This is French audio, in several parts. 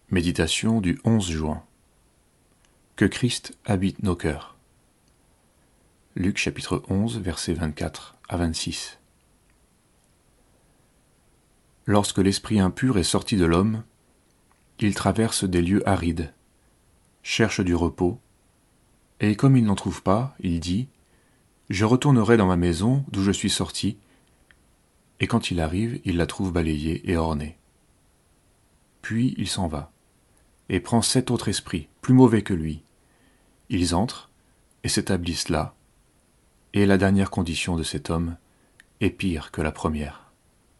Méditation du 11 juin. Que Christ habite nos cœurs. Luc chapitre 11, versets 24 à 26. Lorsque l'esprit impur est sorti de l'homme, il traverse des lieux arides, cherche du repos, et comme il n'en trouve pas, il dit « Je retournerai dans ma maison d'où je suis sorti », et quand il arrive, il la trouve balayée et ornée. Puis il s'en va, et prend 7 autres esprits, plus mauvais que lui. Ils entrent et s'établissent là, et la dernière condition de cet homme est pire que la première.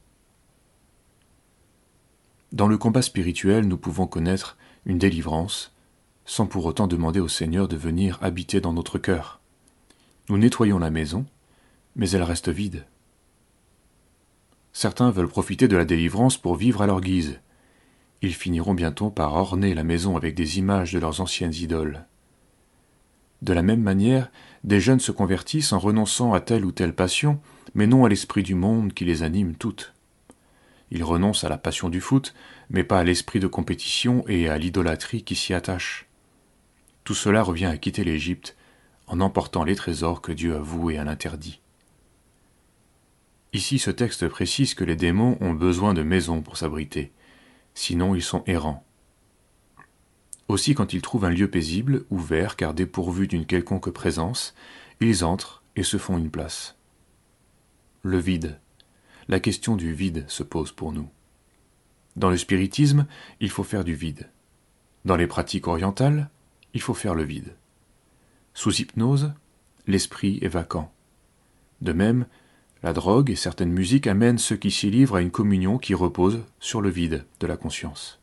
Dans le combat spirituel, nous pouvons connaître une délivrance, sans pour autant demander au Seigneur de venir habiter dans notre cœur. Nous nettoyons la maison, mais elle reste vide. Certains veulent profiter de la délivrance pour vivre à leur guise. Ils finiront bientôt par orner la maison avec des images de leurs anciennes idoles. De la même manière, des jeunes se convertissent en renonçant à telle ou telle passion, mais non à l'esprit du monde qui les anime toutes. Ils renoncent à la passion du foot, mais pas à l'esprit de compétition et à l'idolâtrie qui s'y attache. Tout cela revient à quitter l'Égypte en emportant les trésors que Dieu a voués à l'interdit. Ici, ce texte précise que les démons ont besoin de maisons pour s'abriter, sinon ils sont errants. Aussi, quand ils trouvent un lieu paisible, ouvert, car dépourvu d'une quelconque présence, ils entrent et se font une place. Le vide. La question du vide se pose pour nous. Dans le spiritisme, il faut faire du vide. Dans les pratiques orientales, il faut faire le vide. Sous hypnose, l'esprit est vacant. De même, la drogue et certaines musiques amènent ceux qui s'y livrent à une communion qui repose sur le vide de la conscience.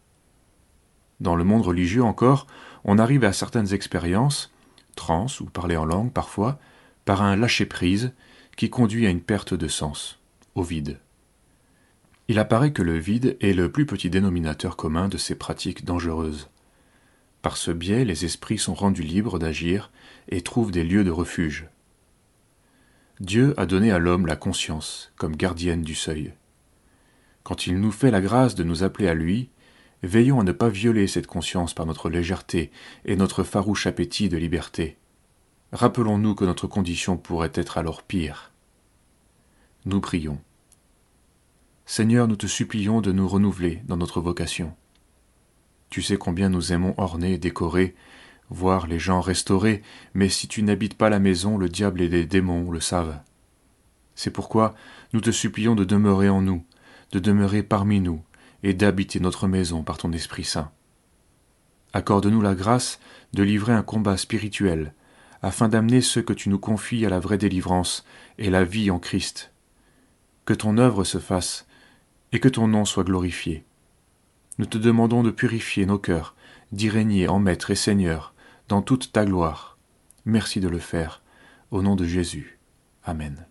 Dans le monde religieux encore, on arrive à certaines expériences, transe ou parler en langue parfois, par un lâcher-prise qui conduit à une perte de sens, au vide. Il apparaît que le vide est le plus petit dénominateur commun de ces pratiques dangereuses. Par ce biais, les esprits sont rendus libres d'agir et trouvent des lieux de refuge. Dieu a donné à l'homme la conscience comme gardienne du seuil. Quand il nous fait la grâce de nous appeler à lui, veillons à ne pas violer cette conscience par notre légèreté et notre farouche appétit de liberté. Rappelons-nous que notre condition pourrait être alors pire. Nous prions. Seigneur, nous te supplions de nous renouveler dans notre vocation. Tu sais combien nous aimons orner et décorer, voir les gens restaurés, mais si tu n'habites pas la maison, le diable et les démons le savent. C'est pourquoi nous te supplions de demeurer en nous, de demeurer parmi nous, et d'habiter notre maison par ton Esprit Saint. Accorde-nous la grâce de livrer un combat spirituel, afin d'amener ceux que tu nous confies à la vraie délivrance et la vie en Christ. Que ton œuvre se fasse, et que ton nom soit glorifié. Nous te demandons de purifier nos cœurs, d'y régner en Maître et Seigneur, dans toute ta gloire. Merci de le faire, au nom de Jésus. Amen.